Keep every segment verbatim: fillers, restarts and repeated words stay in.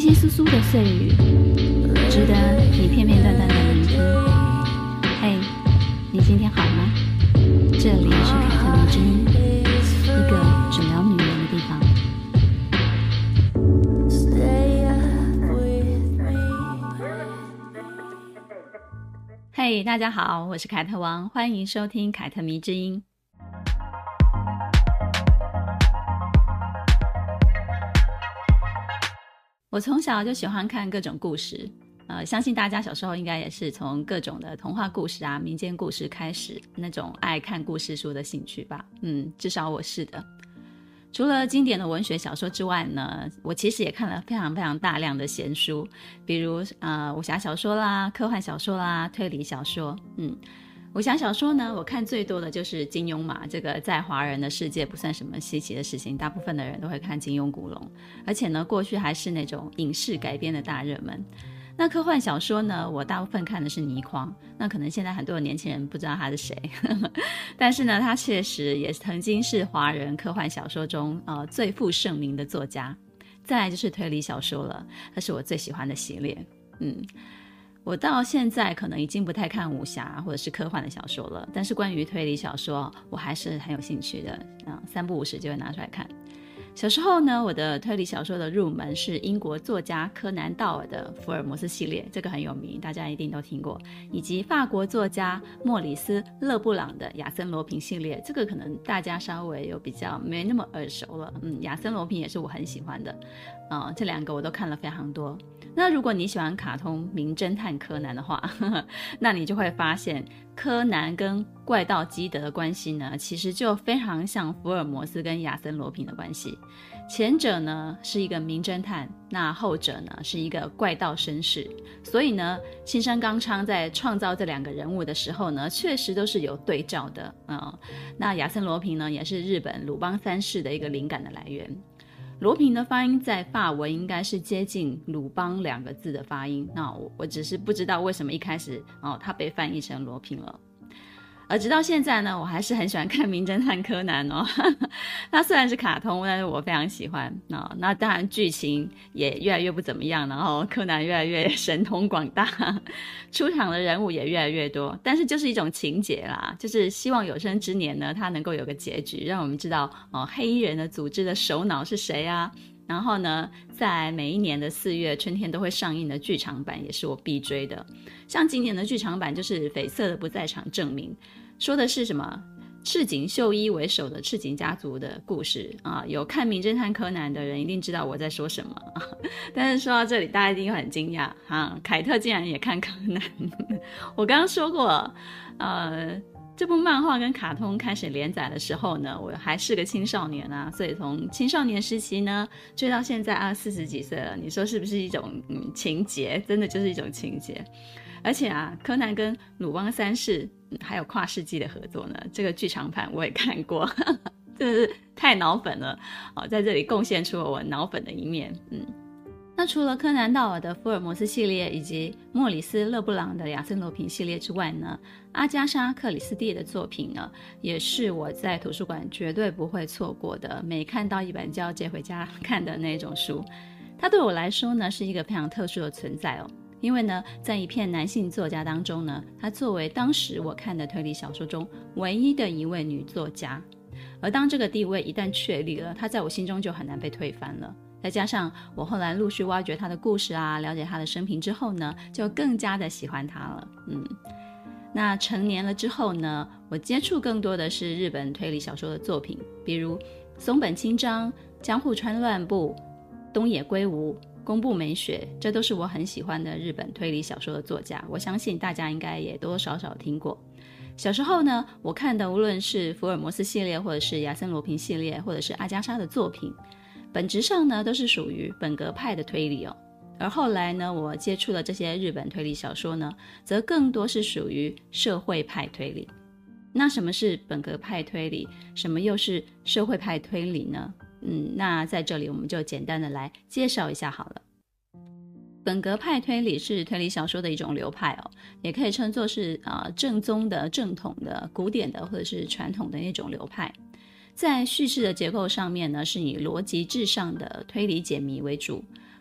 稀疏疏的碎语，值得你片片段段的聆听。嘿，你今天好吗？这里是凯特迷之音，一个只聊女人的地方。嘿，大家好，我是凯特王，欢迎收听凯特迷之音。我从小就喜欢看各种故事，呃，相信大家小时候应该也是从各种的童话故事啊、民间故事开始那种爱看故事书的兴趣吧。嗯，至少我是的。除了经典的文学小说之外呢，我其实也看了非常非常大量的闲书，比如呃武侠小说啦、科幻小说啦、推理小说。嗯，武侠小说呢，我看最多的就是金庸嘛，这个在华人的世界不算什么稀奇的事情，大部分的人都会看金庸古龙，而且呢，过去还是那种影视改编的大热门。那科幻小说呢，我大部分看的是倪匡，那可能现在很多的年轻人不知道他是谁，但是呢，他确实也曾经是华人科幻小说中呃最负盛名的作家。再来就是推理小说了，它是我最喜欢的系列。嗯。我到现在可能已经不太看武侠或者是科幻的小说了，但是关于推理小说我还是很有兴趣的，嗯，三不五时就会拿出来看。小时候呢，我的推理小说的入门是英国作家柯南道尔的福尔摩斯系列，这个很有名，大家一定都听过，以及法国作家莫里斯勒布朗的亚森罗平系列，这个可能大家稍微有比较没那么耳熟了。嗯，亚森罗平也是我很喜欢的，嗯，这两个我都看了非常多。那如果你喜欢卡通名侦探柯南的话，呵呵，那你就会发现柯南跟怪盗基德的关系呢，其实就非常像福尔摩斯跟亚森罗平的关系。前者呢是一个名侦探，那后者呢是一个怪盗绅士。所以呢，青山刚昌在创造这两个人物的时候呢，确实都是有对照的。嗯，那亚森罗平呢，也是日本鲁邦三世的一个灵感的来源。罗平的发音在法文应该是接近鲁邦两个字的发音，那 我, 我只是不知道为什么一开始哦，它被翻译成罗平了。而直到现在呢，我还是很喜欢看名侦探柯南哦。它虽然是卡通，但是我非常喜欢。哦，那当然剧情也越来越不怎么样，然后柯南越来越神通广大，出场的人物也越来越多，但是就是一种情节啦，就是希望有生之年呢，它能够有个结局，让我们知道哦，黑衣人的组织的首脑是谁啊。然后呢，在每一年的四月春天都会上映的剧场版也是我必追的。像今年的剧场版就是绯色的不在场证明，说的是什么赤井秀一为首的赤井家族的故事啊。有看名侦探柯南的人一定知道我在说什么，但是说到这里大家一定会很惊讶啊，凯特竟然也看柯南。我刚刚说过呃这部漫画跟卡通开始连载的时候呢，我还是个青少年啊，所以从青少年时期呢追到现在啊，四十几岁了，你说是不是一种、嗯、情节？真的就是一种情节。而且啊，柯南跟鲁邦三世、嗯、还有跨世纪的合作呢，这个剧场版我也看过，真的是太脑粉了、哦、在这里贡献出了我脑粉的一面。嗯。那除了柯南道尔的福尔摩斯系列以及莫里斯勒布朗的亚森罗平系列之外呢，阿加莎克里斯蒂的作品呢，也是我在图书馆绝对不会错过的，每看到一本就要借回家看的那种书。它对我来说呢，是一个非常特殊的存在哦，因为呢，在一片男性作家当中呢，她作为当时我看的推理小说中唯一的一位女作家，而当这个地位一旦确立了，她在我心中就很难被推翻了。再加上我后来陆续挖掘他的故事啊，了解他的生平之后呢，就更加的喜欢他了。嗯，那成年了之后呢，我接触更多的是日本推理小说的作品，比如松本清张、江户川乱步、东野圭吾、宫部美雪，这都是我很喜欢的日本推理小说的作家，我相信大家应该也多多少少听过。小时候呢，我看的无论是福尔摩斯系列，或者是亚森罗平系列，或者是阿加莎的作品，本质上呢都是属于本格派的推理哦。而后来呢，我接触了这些日本推理小说呢，则更多是属于社会派推理。那什么是本格派推理？什么又是社会派推理呢？嗯，那在这里我们就简单的来介绍一下好了。本格派推理是推理小说的一种流派哦，也可以称作是、呃、正宗的、正统的、古典的或者是传统的那种流派。在叙事的结构上面呢，是以逻辑至上的推理解谜为主，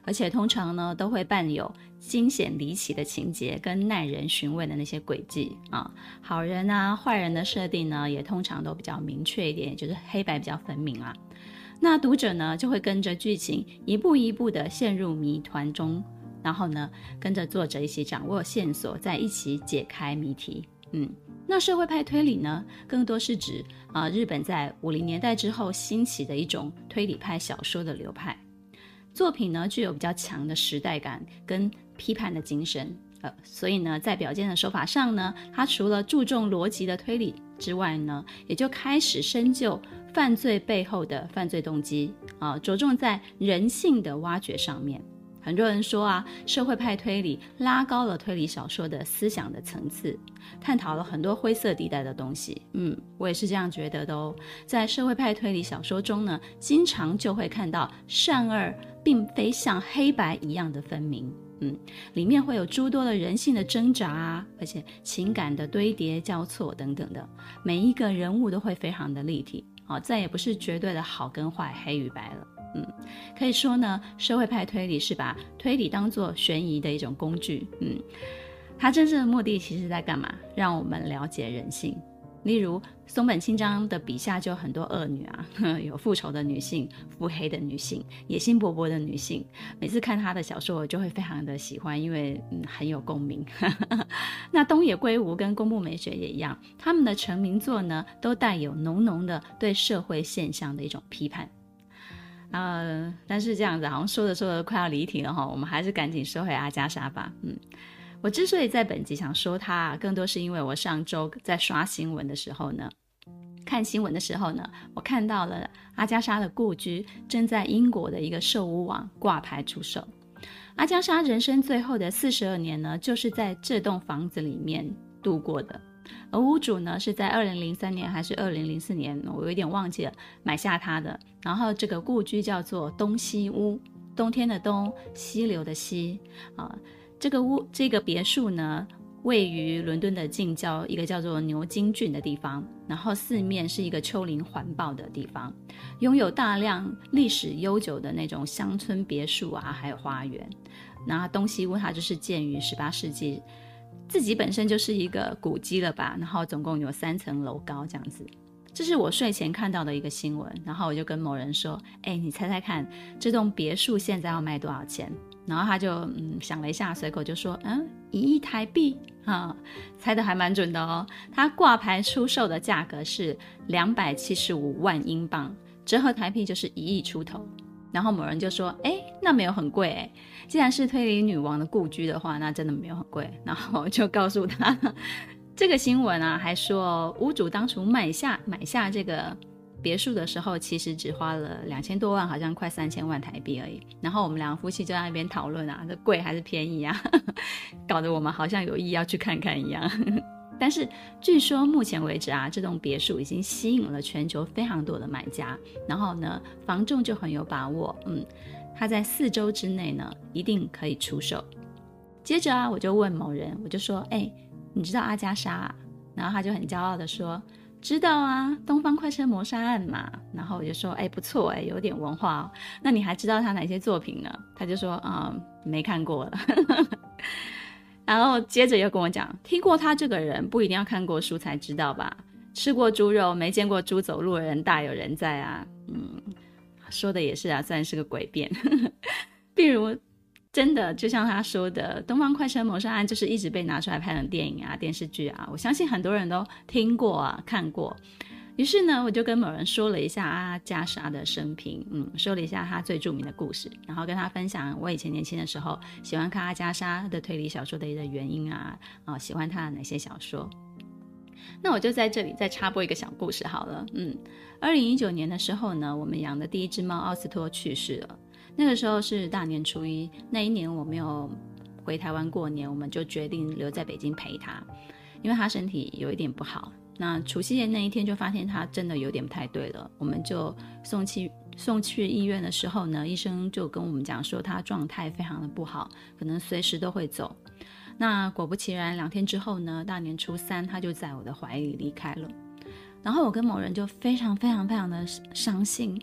而且通常呢都会伴有惊险离奇的情节跟耐人寻味的那些轨迹啊。好人啊坏人的设定呢也通常都比较明确一点，就是黑白比较分明啦。那读者呢就会跟着剧情一步一步的陷入谜团中，然后呢跟着作者一起掌握线索，再一起解开谜题。嗯，那社会派推理呢更多是指、呃、日本在五零年代之后兴起的一种推理派小说的流派。作品呢具有比较强的时代感跟批判的精神，呃，所以呢在表现的手法上呢，它除了注重逻辑的推理之外呢，也就开始深究犯罪背后的犯罪动机、呃、着重在人性的挖掘上面。很多人说啊，社会派推理拉高了推理小说的思想的层次，探讨了很多灰色地带的东西。嗯，我也是这样觉得的哦。在社会派推理小说中呢，经常就会看到善恶并非像黑白一样的分明。嗯，里面会有诸多的人性的挣扎啊，而且情感的堆叠交错等等的，每一个人物都会非常的立体，哦，再也不是绝对的好跟坏黑与白了。嗯，可以说呢，社会派推理是把推理当作悬疑的一种工具。嗯，它真正的目的其实在干嘛？让我们了解人性。例如松本清张的笔下就有很多恶女啊，有复仇的女性、腹黑的女性、野心勃勃的女性。每次看她的小说我就会非常的喜欢，因为、嗯、很有共鸣。那东野圭吾跟宫部美雪也一样，他们的成名作呢都带有浓浓的对社会现象的一种批判。呃，但是这样子好像说着说着快要离题了哈，我们还是赶紧说回阿加莎吧。嗯，我之所以在本集想说她，更多是因为我上周在刷新闻的时候呢，看新闻的时候呢，我看到了阿加莎的故居正在英国的一个售屋网挂牌出售。阿加莎人生最后的四十二年呢，就是在这栋房子里面度过的。而屋主呢是在二零零三年还是二零零四年，我有点忘记了，买下它的。然后这个故居叫做东西屋，冬天的冬，溪流的溪啊。这个屋这个别墅呢位于伦敦的近郊一个叫做牛津郡的地方，然后四面是一个丘陵环抱的地方，拥有大量历史悠久的那种乡村别墅啊，还有花园。那东西屋它就是建于十八世纪，自己本身就是一个古迹了吧，然后总共有三层楼高这样子。这是我睡前看到的一个新闻，然后我就跟某人说，哎，你猜猜看这栋别墅现在要卖多少钱？然后他就嗯想了一下，随口就说嗯一亿台币啊，猜得还蛮准的哦。他挂牌出售的价格是两百七十五万英镑，折合台币就是一亿出头。然后某人就说，哎，那没有很贵哎，既然是推理女王的故居的话，那真的没有很贵。然后我就告诉他这个新闻啊，还说屋主当初买下买下这个别墅的时候，其实只花了两千多万，好像快三千万台币而已。然后我们两个夫妻就在那边讨论啊，这贵还是便宜啊？搞得我们好像有意要去看看一样。但是据说目前为止啊，这栋别墅已经吸引了全球非常多的买家，然后呢，房仲就很有把握，嗯，他在四周之内呢，一定可以出售。接着啊，我就问某人，我就说，哎，你知道阿加莎啊？然后他就很骄傲的说，知道啊，东方快车谋杀案嘛。然后我就说，哎，不错哎，有点文化哦。那你还知道他哪些作品呢？他就说，嗯，没看过了。然后接着又跟我讲，听过他这个人不一定要看过书才知道吧，吃过猪肉没见过猪走路的人大有人在啊。嗯，说的也是啊，虽然是个诡辩。比如真的就像他说的，东方快车谋杀案就是一直被拿出来拍成电影啊电视剧啊，我相信很多人都听过啊看过。于是呢，我就跟某人说了一下阿加莎的生平，嗯，说了一下他最著名的故事，然后跟他分享我以前年轻的时候喜欢看阿加莎的推理小说的一个原因啊，啊，喜欢他的哪些小说。那我就在这里再插播一个小故事好了，嗯，二零一九年的时候呢，我们养的第一只猫奥斯托去世了，那个时候是大年初一，那一年我没有回台湾过年，我们就决定留在北京陪他，因为他身体有一点不好。那除夕夜那一天就发现他真的有点不太对了，我们就送去送去医院的时候呢，医生就跟我们讲说他状态非常的不好，可能随时都会走。那果不其然，两天之后呢，大年初三他就在我的怀里离开了。然后我跟某人就非常非常非常的伤心，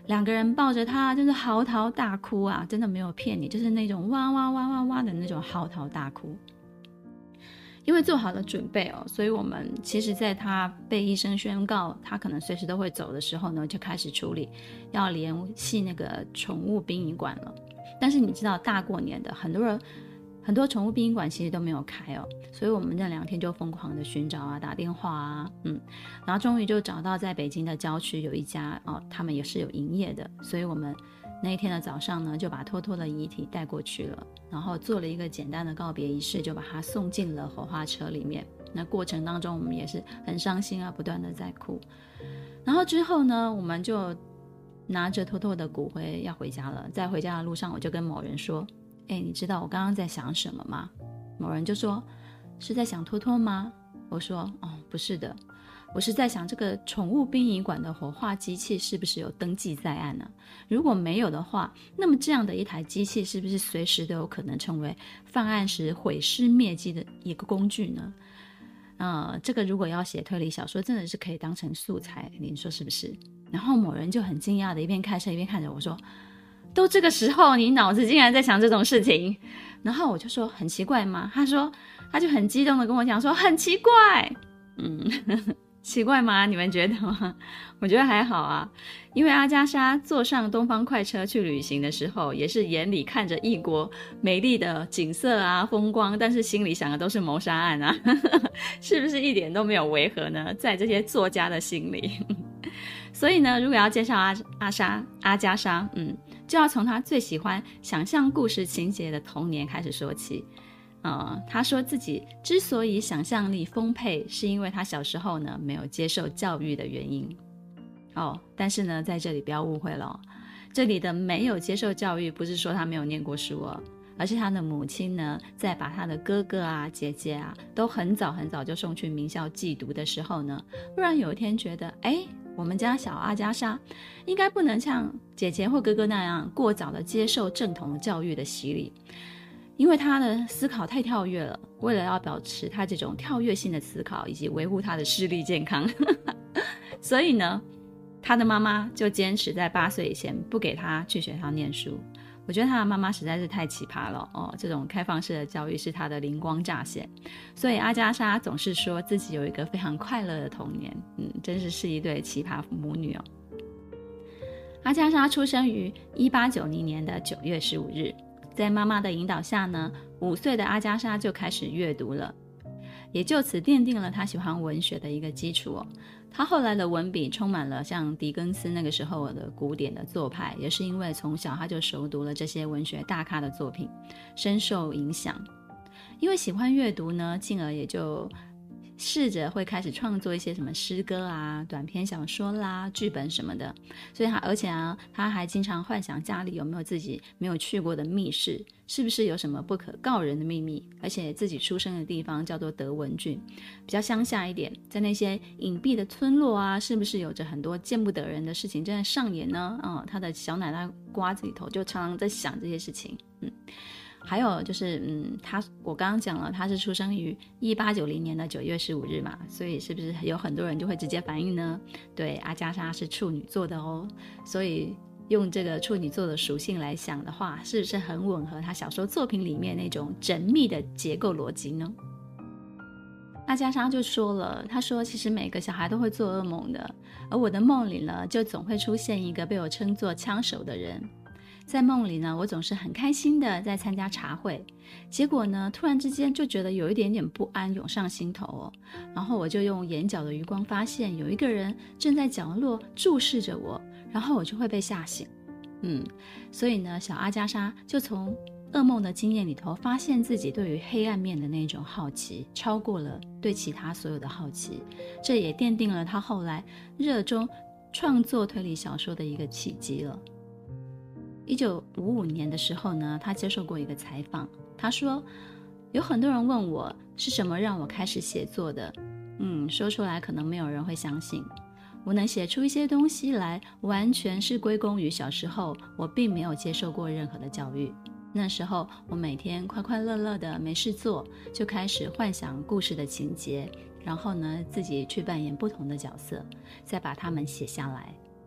两个人抱着他，就是嚎啕大哭啊，真的没有骗你，就是那种哇哇哇哇哇的那种嚎啕大哭。因为做好了准备哦，所以我们其实在他被医生宣告他可能随时都会走的时候呢，就开始处理要联系那个宠物殡仪馆了。但是你知道大过年的，很多人很多宠物殡仪馆其实都没有开哦，所以我们这两天就疯狂的寻找啊，打电话啊，嗯，然后终于就找到在北京的郊区有一家哦，他们也是有营业的，所以我们那一天的早上呢，就把托托的遗体带过去了，然后做了一个简单的告别仪式，就把他送进了火化车里面。那过程当中我们也是很伤心啊，不断的在哭。然后之后呢，我们就拿着托托的骨灰要回家了，在回家的路上我就跟某人说，哎，你知道我刚刚在想什么吗？某人就说，是在想托托吗？我说，哦，不是的，我是在想这个宠物殡仪馆的火化机器是不是有登记在案呢？如果没有的话，那么这样的一台机器是不是随时都有可能成为犯案时毁尸灭迹的一个工具呢？呃，这个如果要写推理小说，真的是可以当成素材，您说是不是？然后某人就很惊讶的一边开车一边看着我说，都这个时候你脑子竟然在想这种事情？然后我就说很奇怪吗？他说他就很激动的跟我讲说很奇怪。嗯奇怪吗？你们觉得吗？我觉得还好啊，因为阿加莎坐上东方快车去旅行的时候，也是眼里看着异国美丽的景色啊风光，但是心里想的都是谋杀案啊是不是一点都没有违和呢？在这些作家的心里所以呢，如果要介绍阿阿莎阿加莎，嗯，就要从她最喜欢想象故事情节的童年开始说起。呃，他说自己之所以想象力丰沛，是因为他小时候呢没有接受教育的原因。哦，但是呢，在这里不要误会了哦，这里的没有接受教育，不是说他没有念过书哦，而是他的母亲呢，在把他的哥哥啊、姐姐啊，都很早很早就送去名校寄读的时候呢，突然有一天觉得，哎，我们家小阿加莎应该不能像姐姐或哥哥那样过早的接受正统教育的洗礼。因为他的思考太跳跃了，为了要保持他这种跳跃性的思考以及维护他的视力健康所以呢，他的妈妈就坚持在八岁以前不给他去学校念书。我觉得他的妈妈实在是太奇葩了哦，这种开放式的教育是他的灵光乍现，所以阿加莎总是说自己有一个非常快乐的童年。嗯，真是是一对奇葩母女哦。阿加莎出生于一八九零年的九月十五日，在妈妈的引导下呢，五岁的阿加莎就开始阅读了，也就此奠定了她喜欢文学的一个基础哦。她后来的文笔充满了像狄更斯那个时候的古典的作派，也是因为从小她就熟读了这些文学大咖的作品，深受影响。因为喜欢阅读呢，进而也就试着会开始创作一些什么诗歌啊、短篇小说啦、剧本什么的。所以他而且啊，他还经常幻想家里有没有自己没有去过的密室，是不是有什么不可告人的秘密。而且自己出生的地方叫做德文郡，比较乡下一点，在那些隐蔽的村落啊，是不是有着很多见不得人的事情正在上演呢？嗯，他的小奶奶瓜子里头就常常在想这些事情。嗯。还有就是，嗯，他我刚刚讲了，他是出生于一八九零年的九月十五日嘛，所以是不是有很多人就会直接反应呢？对，阿加莎是处女座的哦，所以用这个处女座的属性来想的话，是不是很吻合他小说作品里面那种缜密的结构逻辑呢？阿加莎就说了，他说其实每个小孩都会做噩梦的，而我的梦里呢，就总会出现一个被我称作枪手的人。在梦里呢，我总是很开心的在参加茶会，结果呢，突然之间就觉得有一点点不安涌上心头哦，然后我就用眼角的余光发现有一个人正在角落注视着我，然后我就会被吓醒。嗯，所以呢，小阿加莎就从噩梦的经验里头发现自己对于黑暗面的那种好奇，超过了对其他所有的好奇，这也奠定了他后来热衷创作推理小说的一个契机了。一九五五年的时候呢，他接受过一个采访，他说有很多人问我是什么让我开始写作的，嗯，说出来可能没有人会相信，我能写出一些东西来，完全是归功于小时候我并没有接受过任何的教育。那时候我每天快快乐乐的没事做，就开始幻想故事的情节，然后呢自己去扮演不同的角色，再把它们写下来。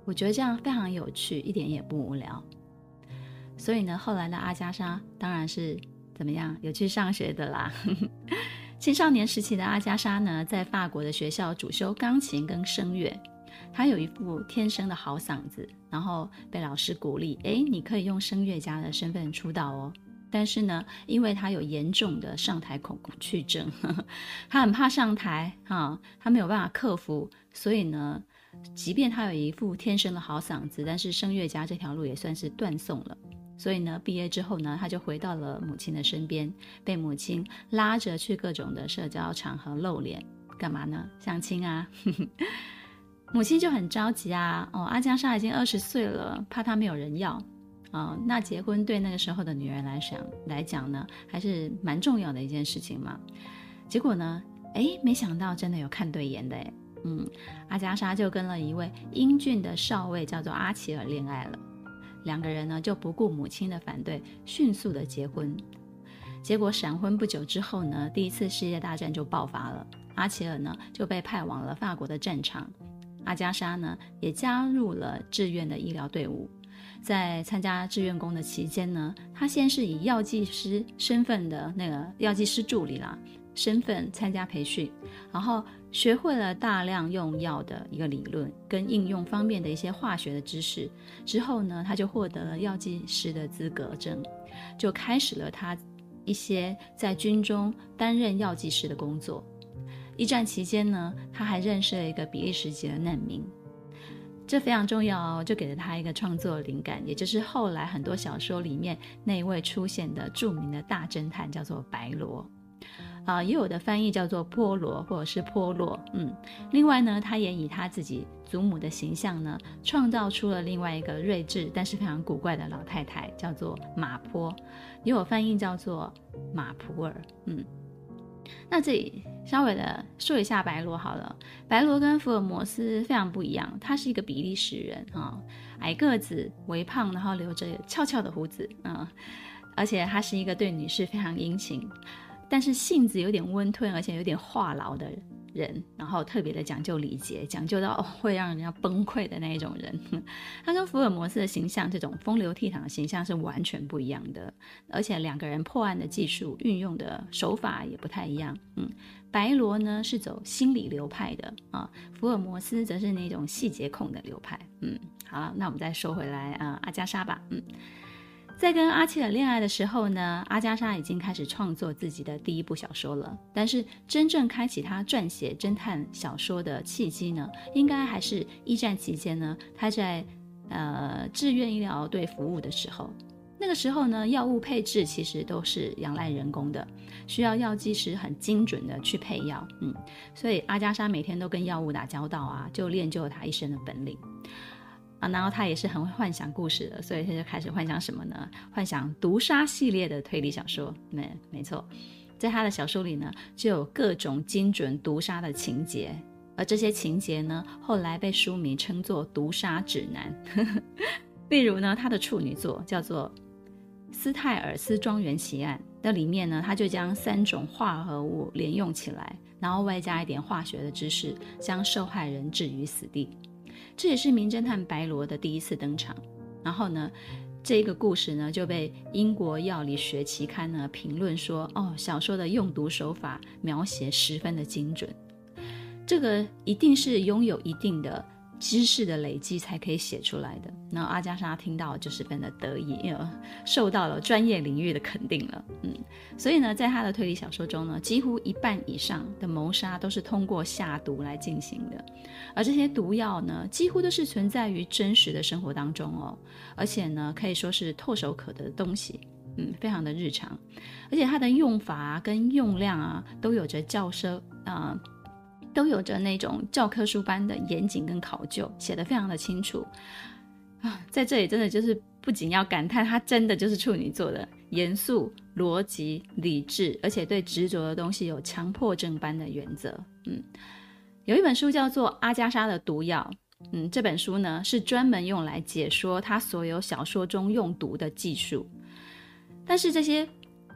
我觉得这样非常有趣，一点也不无聊。所以呢，后来的阿加莎当然是怎么样，有去上学的啦。青少年时期的阿加莎呢，在法国的学校主修钢琴跟声乐，她有一副天生的好嗓子，然后被老师鼓励，诶，你可以用声乐家的身份出道哦。但是呢，因为她有严重的上台恐惧症，她很怕上台啊，她没有办法克服，所以呢，即便她有一副天生的好嗓子，但是声乐家这条路也算是断送了。所以呢，毕业之后呢，他就回到了母亲的身边，被母亲拉着去各种的社交场合露脸，干嘛呢？相亲啊。母亲就很着急啊，哦，阿加莎已经二十岁了，怕她没有人要。哦，那结婚对那个时候的女人来讲来讲呢，还是蛮重要的一件事情嘛。结果呢，诶，没想到真的有看对眼的诶。嗯，阿加莎就跟了一位英俊的少尉叫做阿齐尔恋爱了。两个人呢就不顾母亲的反对，迅速的结婚。结果闪婚不久之后呢，第一次世界大战就爆发了，阿齐尔呢就被派往了法国的战场，阿加莎呢也加入了志愿的医疗队伍。在参加志愿工的期间呢，他先是以药剂师身份的那个药剂师助理啦身份参加培训，然后学会了大量用药的一个理论跟应用方面的一些化学的知识。之后呢，他就获得了药剂师的资格证，就开始了他一些在军中担任药剂师的工作。一战期间呢，他还认识了一个比利时籍的难民，这非常重要哦，就给了他一个创作灵感，也就是后来很多小说里面那一位出现的著名的大侦探，叫做白罗。啊，也有的翻译叫做波罗或者是波洛。嗯，另外呢，他也以他自己祖母的形象呢，创造出了另外一个睿智但是非常古怪的老太太，叫做马坡，也有翻译叫做马普尔。嗯，那这里稍微的说一下白罗好了。白罗跟福尔摩斯非常不一样，他是一个比利时人啊，矮个子、微胖，然后留着翘翘的胡子啊，而且他是一个对女士非常殷勤，但是性子有点温吞，而且有点话痨的人，然后特别的讲究礼节，讲究到、哦、会让人家崩溃的那一种人。他跟福尔摩斯的形象，这种风流倜傥的形象是完全不一样的，而且两个人破案的技术运用的手法也不太一样。嗯，白罗呢是走心理流派的啊，福尔摩斯则是那种细节控的流派。嗯，好，那我们再说回来啊、呃，阿加莎吧。嗯。在跟阿齐尔恋爱的时候呢，阿加莎已经开始创作自己的第一部小说了。但是真正开启她撰写侦探小说的契机呢，应该还是一战期间呢，她在呃志愿医疗队服务的时候。那个时候呢，药物配置其实都是仰赖人工的，需要药剂师很精准的去配药。嗯，所以阿加莎每天都跟药物打交道啊，就练就了她一身的本领。啊，然后他也是很会幻想故事的，所以他就开始幻想什么呢？幻想毒杀系列的推理小说。没没错，在他的小说里呢，就有各种精准毒杀的情节，而这些情节呢，后来被书迷称作毒杀指南。例如呢，他的处女作叫做《斯泰尔斯庄园奇案》，那里面呢，他就将三种化合物连用起来，然后外加一点化学的知识，将受害人置于死地。这也是名侦探白罗的第一次登场。然后呢，这个故事呢就被英国药理学期刊呢评论说，哦，小说的用毒手法描写十分的精准。这个一定是拥有一定的知识的累积才可以写出来的。然后阿加莎听到就十分的得意，因为受到了专业领域的肯定了。嗯，所以呢，在他的推理小说中呢，几乎一半以上的谋杀都是通过下毒来进行的，而这些毒药呢，几乎都是存在于真实的生活当中哦，而且呢，可以说是唾手可得的东西。嗯，非常的日常，而且它的用法啊跟用量啊都有着教授啊。呃都有着那种教科书般的严谨跟考究，写得非常的清楚啊！在这里真的就是不仅要感叹，他真的就是处女座的严肃、逻辑、理智，而且对执着的东西有强迫症般的原则。嗯，有一本书叫做《阿加莎的毒药》，嗯，这本书呢是专门用来解说他所有小说中用毒的技术，但是这些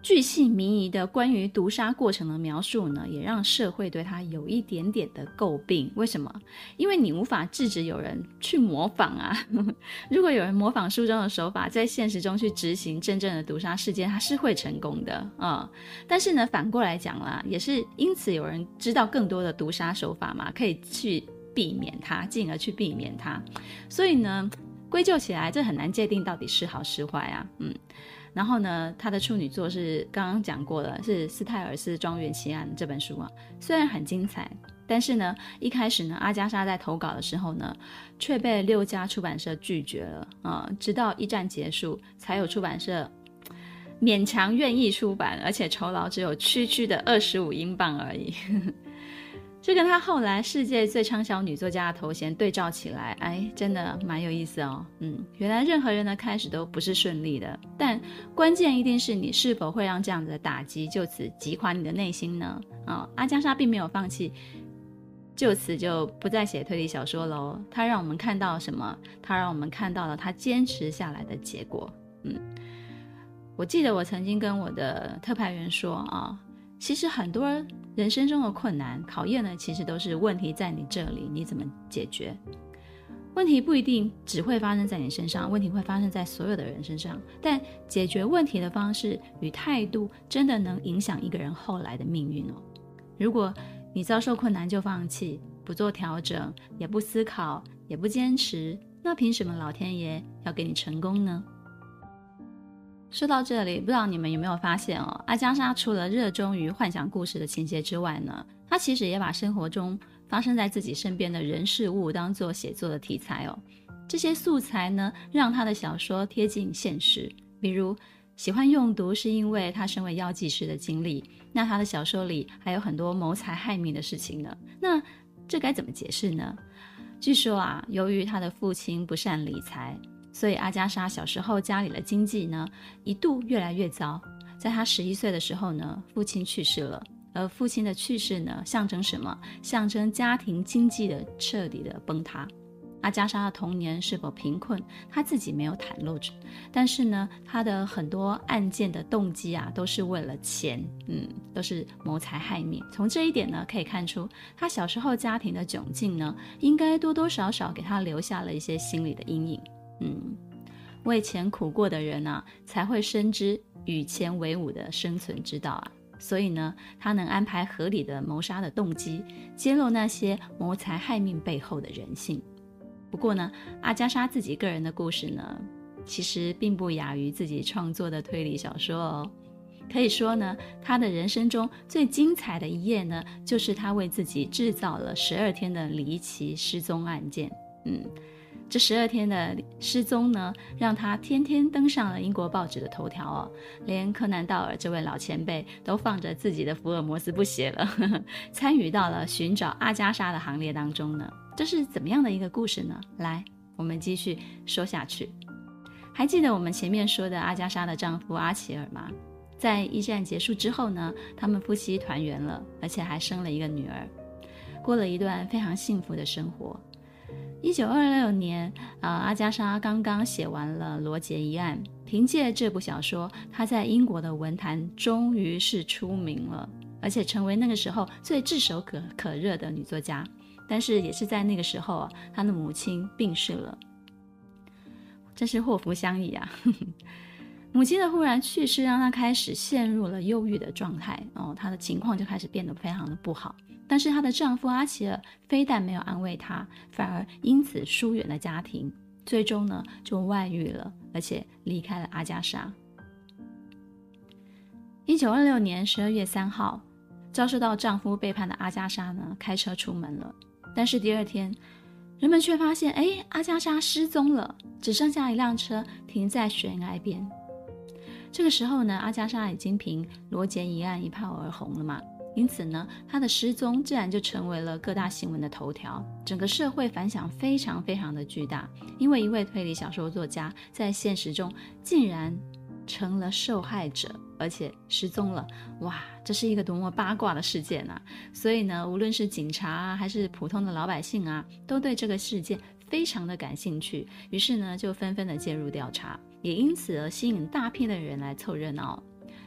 巨细靡遗的关于毒杀过程的描述呢，也让社会对他有一点点的诟病。为什么？因为你无法制止有人去模仿啊。如果有人模仿书中的手法，在现实中去执行真正的毒杀事件，他是会成功的啊、嗯。但是呢，反过来讲啦，也是因此有人知道更多的毒杀手法嘛，可以去避免它，进而去避免它。所以呢，归咎起来，这很难界定到底是好是坏啊。嗯。然后呢，他的处女作是刚刚讲过了，是《斯泰尔斯庄园奇案》这本书啊，虽然很精彩，但是呢，一开始呢，阿加莎在投稿的时候呢，却被六家出版社拒绝了啊、呃，直到一战结束，才有出版社勉强愿意出版，而且酬劳只有区区的二十五英镑而已。这跟他后来世界最畅销女作家的头衔对照起来，哎，真的蛮有意思哦。嗯，原来任何人的开始都不是顺利的，但关键一定是你是否会让这样的打击就此击垮你的内心呢？哦，阿加莎并没有放弃，就此就不再写推理小说喽。他让我们看到什么？他让我们看到了他坚持下来的结果。嗯，我记得我曾经跟我的特派员说啊，其实很多人生中的困难考验呢，其实都是问题在你这里，你怎么解决？问题不一定只会发生在你身上，问题会发生在所有的人身上，但解决问题的方式与态度真的能影响一个人后来的命运哦。如果你遭受困难就放弃，不做调整，也不思考，也不坚持，那凭什么老天爷要给你成功呢？说到这里，不知道你们有没有发现哦，阿加莎除了热衷于幻想故事的情节之外呢，她其实也把生活中发生在自己身边的人事物当作写作的题材哦。这些素材呢，让她的小说贴近现实。比如喜欢用毒是因为她身为药剂师的经历，那她的小说里还有很多谋财害命的事情呢。那这该怎么解释呢？据说啊，由于她的父亲不善理财，所以阿加莎小时候家里的经济呢一度越来越糟。在她十一岁的时候呢，父亲去世了，而父亲的去世呢象征什么？象征家庭经济的彻底的崩塌。阿加莎的童年是否贫困，她自己没有袒露，但是呢，她的很多案件的动机啊，都是为了钱，嗯，都是谋财害命。从这一点呢，可以看出，她小时候家庭的窘境呢，应该多多少少给她留下了一些心理的阴影。嗯，为钱苦过的人啊，才会深知与钱为伍的生存之道啊。所以呢，他能安排合理的谋杀的动机，揭露那些谋财害命背后的人性。不过呢，阿加莎自己个人的故事呢，其实并不亚于自己创作的推理小说哦。可以说呢，他的人生中最精彩的一页呢，就是他为自己制造了十二天的离奇失踪案件。嗯。这十二天的失踪呢，让他天天登上了英国报纸的头条哦，连柯南道尔这位老前辈都放着自己的福尔摩斯不写了，呵呵，参与到了寻找阿加莎的行列当中呢。这是怎么样的一个故事呢？来，我们继续说下去。还记得我们前面说的阿加莎的丈夫阿齐尔吗？在一战结束之后呢，他们夫妻团圆了，而且还生了一个女儿，过了一段非常幸福的生活。一九二六年、呃、阿加莎刚刚写完了《罗杰一案》，凭借这部小说，她在英国的文坛终于是出名了，而且成为那个时候最炙手可可热的女作家。但是也是在那个时候啊，她的母亲病逝了，真是祸福相依啊！母亲的忽然去世让她开始陷入了忧郁的状态哦，她的情况就开始变得非常的不好。但是她的丈夫阿齐尔非但没有安慰她，反而因此疏远了家庭，最终呢就外遇了，而且离开了阿加莎。一九二六年十二月三号，遭受到丈夫背叛的阿加莎呢开车出门了，但是第二天人们却发现，哎，阿加莎失踪了，只剩下一辆车停在悬崖边。这个时候呢，阿加莎已经凭罗杰一案一炮而红了嘛，因此呢，她的失踪自然就成为了各大新闻的头条，整个社会反响非常非常的巨大。因为一位推理小说作家在现实中竟然成了受害者，而且失踪了，哇，这是一个多么八卦的事件啊！所以呢，无论是警察啊，还是普通的老百姓啊，都对这个事件非常的感兴趣，于是呢，就纷纷的介入调查，也因此而吸引大批的人来凑热闹。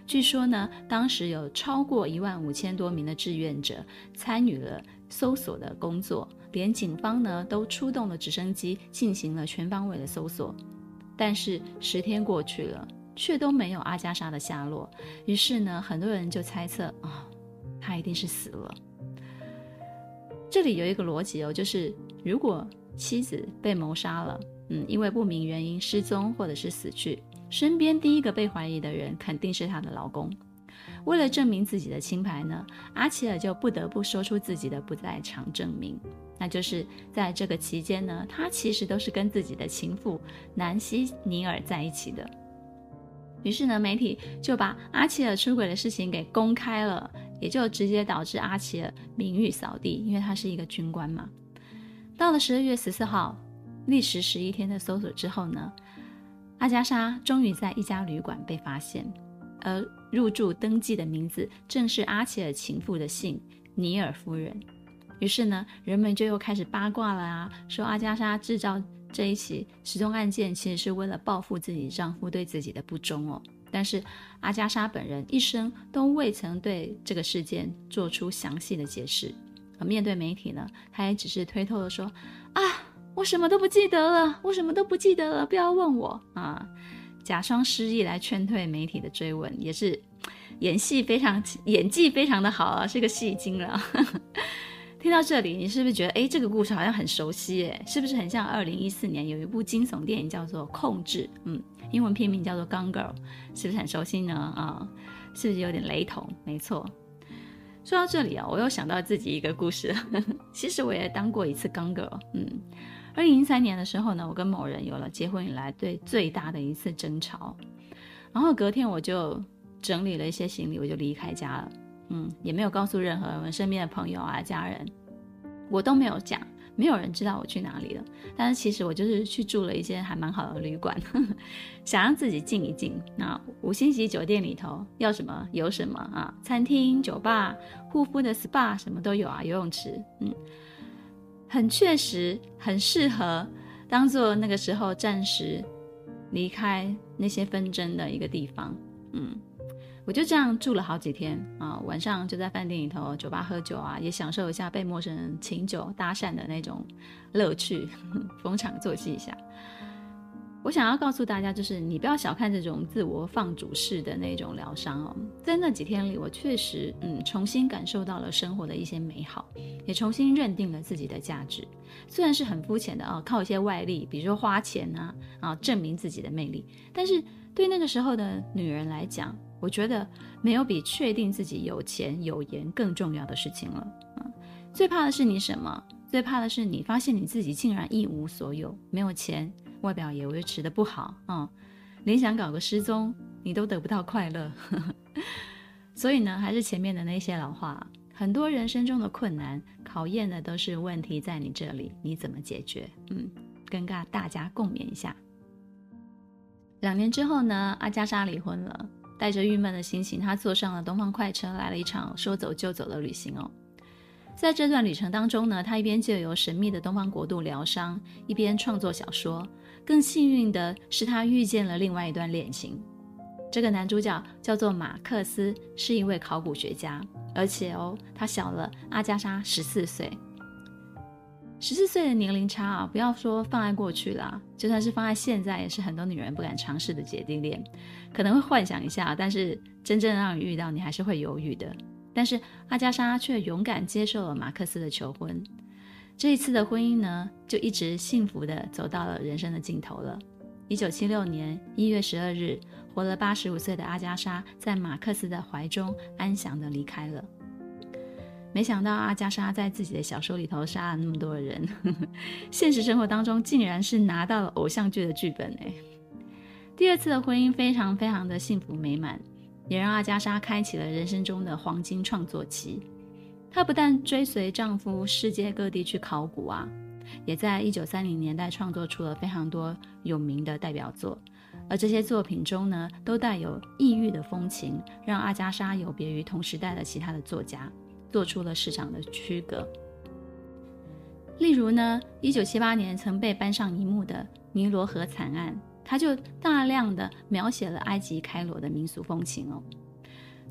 据说呢，当时有超过一万五千多名的志愿者参与了搜索的工作，连警方呢都出动了直升机进行了全方位的搜索。但是十天过去了，却都没有阿加莎的下落。于是呢，很多人就猜测啊、哦，她一定是死了。这里有一个逻辑哦，就是如果妻子被谋杀了，嗯，因为不明原因失踪或者是死去，身边第一个被怀疑的人肯定是她的老公。为了证明自己的清白呢，阿齐尔就不得不说出自己的不在场证明，那就是在这个期间呢，他其实都是跟自己的情妇南希尼尔在一起的。于是呢，媒体就把阿齐尔出轨的事情给公开了，也就直接导致阿齐尔名誉扫地，因为他是一个军官嘛。到了十二月十四号，历时十一天的搜索之后呢，阿加莎终于在一家旅馆被发现，而入住登记的名字正是阿齐尔情妇的姓尼尔夫人。于是呢，人们就又开始八卦了啊，说阿加莎制造这一起失踪案件其实是为了报复自己丈夫对自己的不忠哦。但是阿加莎本人一生都未曾对这个事件做出详细的解释。而面对媒体呢，她也只是推脱的说啊，我什么都不记得了，我什么都不记得了，不要问我啊，假装失忆来劝退媒体的追问，也是演戏非常演技非常的好啊，是个戏精了。听到这里，你是不是觉得哎，这个故事好像很熟悉耶？是不是很像二零一四年有一部惊悚电影叫做《控制》，嗯，英文片名叫做《Gone Girl》，是不是很熟悉呢？啊、嗯，是不是有点雷同？没错。说到这里啊，我又想到自己一个故事。其实我也当过一次 Gone Girl， 嗯，二零零三年的时候呢，我跟某人有了结婚以来对最大的一次争吵，然后隔天我就整理了一些行李，我就离开家了。嗯，也没有告诉任何人，身边的朋友啊、家人，我都没有讲，没有人知道我去哪里了。但是其实我就是去住了一间还蛮好的旅馆，呵呵，想让自己静一静。那五星级酒店里头要什么有什么啊，餐厅、酒吧、护肤的 S P A 什么都有啊，游泳池，嗯，很确实，很适合当做那个时候暂时离开那些纷争的一个地方，嗯。我就这样住了好几天啊，晚上就在饭店里头酒吧喝酒啊，也享受一下被陌生人请酒搭讪的那种乐趣，逢场作戏一下。我想要告诉大家，就是你不要小看这种自我放逐式的那种疗伤哦。在那几天里，我确实嗯重新感受到了生活的一些美好，也重新认定了自己的价值。虽然是很肤浅的啊，靠一些外力，比如说花钱啊啊证明自己的魅力，但是对那个时候的女人来讲，我觉得没有比确定自己有钱有颜更重要的事情了。嗯，最怕的是你什么？最怕的是你发现你自己竟然一无所有，没有钱，外表也维持得不好，嗯，连想搞个失踪你都得不到快乐。所以呢，还是前面的那些老话，很多人生中的困难考验的都是问题在你这里，你怎么解决？嗯，跟大家共勉一下。两年之后呢，阿加莎离婚了，带着郁闷的心情，她坐上了东方快车，来了一场说走就走的旅行哦。在这段旅程当中呢，她一边借由神秘的东方国度疗伤，一边创作小说。更幸运的是，她遇见了另外一段恋情。这个男主角叫做马克思，是一位考古学家，而且哦，他小了阿加莎十四岁。十四岁的年龄差啊，不要说放在过去啦，就算是放在现在，也是很多女人不敢尝试的姐弟恋。可能会幻想一下，但是真正让你遇到，你还是会犹豫的。但是阿加莎却勇敢接受了马克思的求婚。这一次的婚姻呢，就一直幸福的走到了人生的尽头了。一九七六年一月十二日，活了八十五岁的阿加莎在马克思的怀中安详的离开了。没想到阿加莎在自己的小说里头杀了那么多人，呵呵，现实生活当中竟然是拿到了偶像剧的剧本耶。第二次的婚姻非常非常的幸福美满，也让阿加莎开启了人生中的黄金创作期。她不但追随丈夫世界各地去考古啊，也在一九三零年代创作出了非常多有名的代表作，而这些作品中呢，都带有异域的风情，让阿加莎有别于同时代的其他的作家，做出了市场的区隔。例如呢，一九七八年曾被搬上荧幕的尼罗河惨案，他就大量的描写了埃及开罗的民俗风情哦。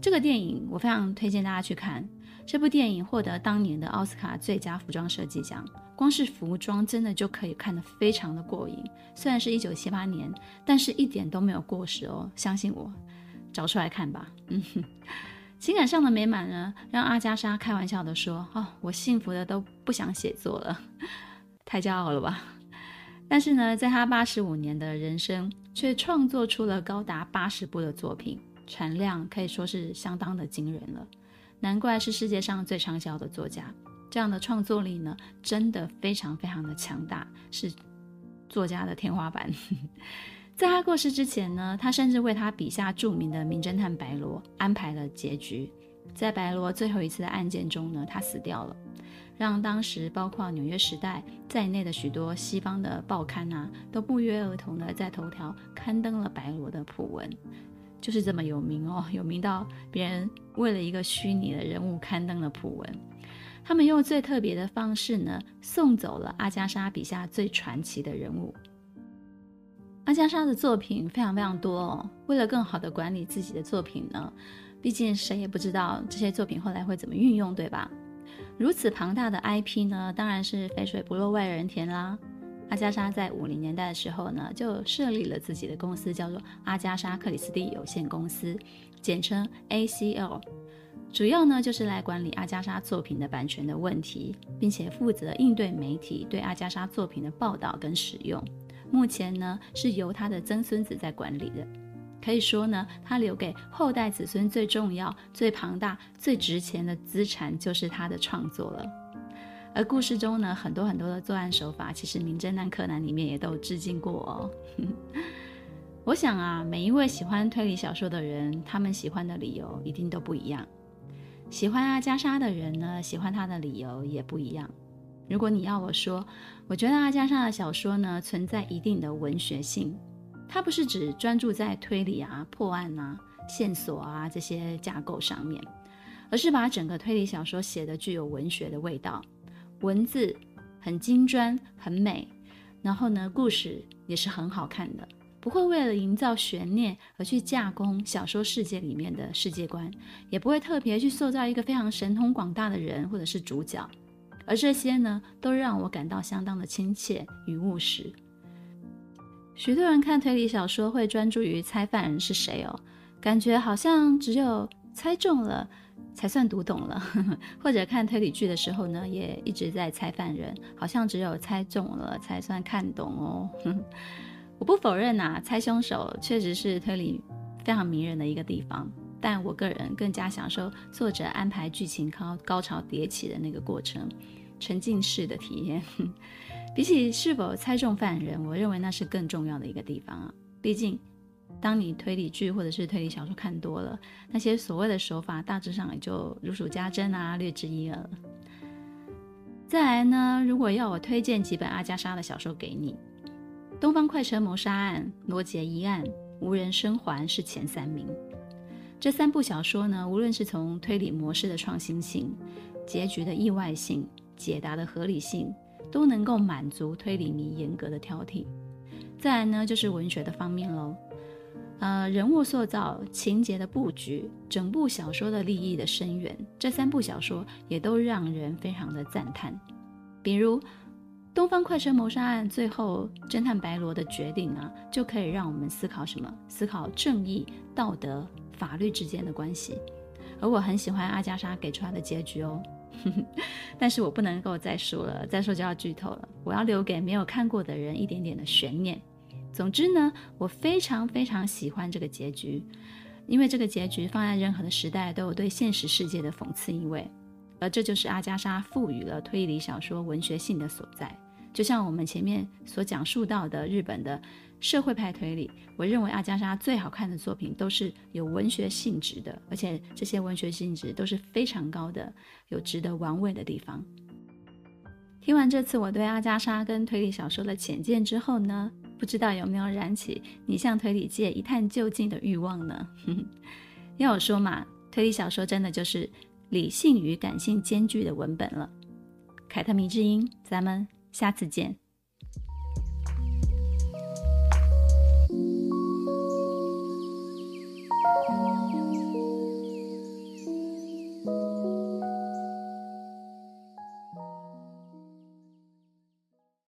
这个电影我非常推荐大家去看，这部电影获得当年的奥斯卡最佳服装设计奖，光是服装真的就可以看得非常的过瘾。虽然是一九七八年，但是一点都没有过时哦，相信我，找出来看吧。嗯哼，情感上的美满呢，让阿加莎开玩笑的说：“哦，我幸福的都不想写作了。”太骄傲了吧？但是呢，在她八十五年的人生，却创作出了高达八十部的作品，产量可以说是相当的惊人了。难怪是世界上最畅销的作家，这样的创作力呢，真的非常非常的强大，是作家的天花板。在他过世之前呢，他甚至为他笔下著名的名侦探白罗安排了结局。在白罗最后一次的案件中呢，他死掉了，让当时包括《纽约时代》在内的许多西方的报刊啊，都不约而同的在头条刊登了白罗的讣文。就是这么有名哦，有名到别人为了一个虚拟的人物刊登了讣文。他们用最特别的方式呢，送走了阿加莎笔下最传奇的人物。阿加莎的作品非常非常多哦，为了更好的管理自己的作品呢，毕竟谁也不知道这些作品后来会怎么运用，对吧？如此庞大的 I P 呢，当然是肥水不落外人田啦。阿加莎在五零年代的时候呢，就设立了自己的公司，叫做阿加莎克里斯蒂有限公司，简称 A C L， 主要呢就是来管理阿加莎作品的版权的问题，并且负责应对媒体对阿加莎作品的报道跟使用。目前呢是由他的曾孙子在管理的，可以说呢，他留给后代子孙最重要、最庞大、最值钱的资产就是他的创作了。而故事中呢，很多很多的作案手法，其实《名侦探柯南》里面也都有致敬过哦。我想啊，每一位喜欢推理小说的人，他们喜欢的理由一定都不一样。喜欢阿加莎的人呢，喜欢他的理由也不一样。如果你要我说，我觉得阿加莎的小说呢，存在一定的文学性。它不是只专注在推理啊、破案啊、线索啊这些架构上面，而是把整个推理小说写得具有文学的味道。文字很精专很美，然后呢故事也是很好看的，不会为了营造悬念而去架空小说世界里面的世界观，也不会特别去塑造一个非常神通广大的人或者是主角，而这些呢都让我感到相当的亲切与务实。许多人看推理小说会专注于猜犯人是谁哦，感觉好像只有猜中了才算读懂了，或者看推理剧的时候呢，也一直在猜犯人，好像只有猜中了才算看懂哦。我不否认啊，猜凶手确实是推理非常迷人的一个地方，但我个人更加享受作者安排剧情高高潮迭起的那个过程，沉浸式的体验。比起是否猜中犯人，我认为那是更重要的一个地方啊。毕竟当你推理剧或者是推理小说看多了，那些所谓的手法大致上也就如数家珍啊，略知一二了。再来呢，如果要我推荐几本阿加莎的小说给你，《东方快车谋杀案》、《罗杰疑案》、《无人生还》是前三名。这三部小说呢，无论是从推理模式的创新性、结局的意外性、解答的合理性，都能够满足推理迷严格的挑剔。再来呢，就是文学的方面咯。呃，人物塑造、情节的布局、整部小说的立意的深远，这三部小说也都让人非常的赞叹。比如《东方快车谋杀案》最后侦探白罗的决定啊，就可以让我们思考什么？思考正义、道德、法律之间的关系。而我很喜欢阿加莎给出来的结局哦。但是我不能够再说了，再说就要剧透了，我要留给没有看过的人一点点的悬念。总之呢，我非常非常喜欢这个结局，因为这个结局放在任何的时代都有对现实世界的讽刺意味，而这就是阿加莎赋予了推理小说文学性的所在。就像我们前面所讲述到的日本的社会派推理，我认为阿加莎最好看的作品都是有文学性质的，而且这些文学性质都是非常高的，有值得玩味的地方。听完这次我对阿加莎跟推理小说的浅见之后呢，不知道有没有燃起你向推理界一探究竟的欲望呢？要我说嘛，推理小说真的就是理性与感性兼具的文本了。凯特迷之音，咱们下次见。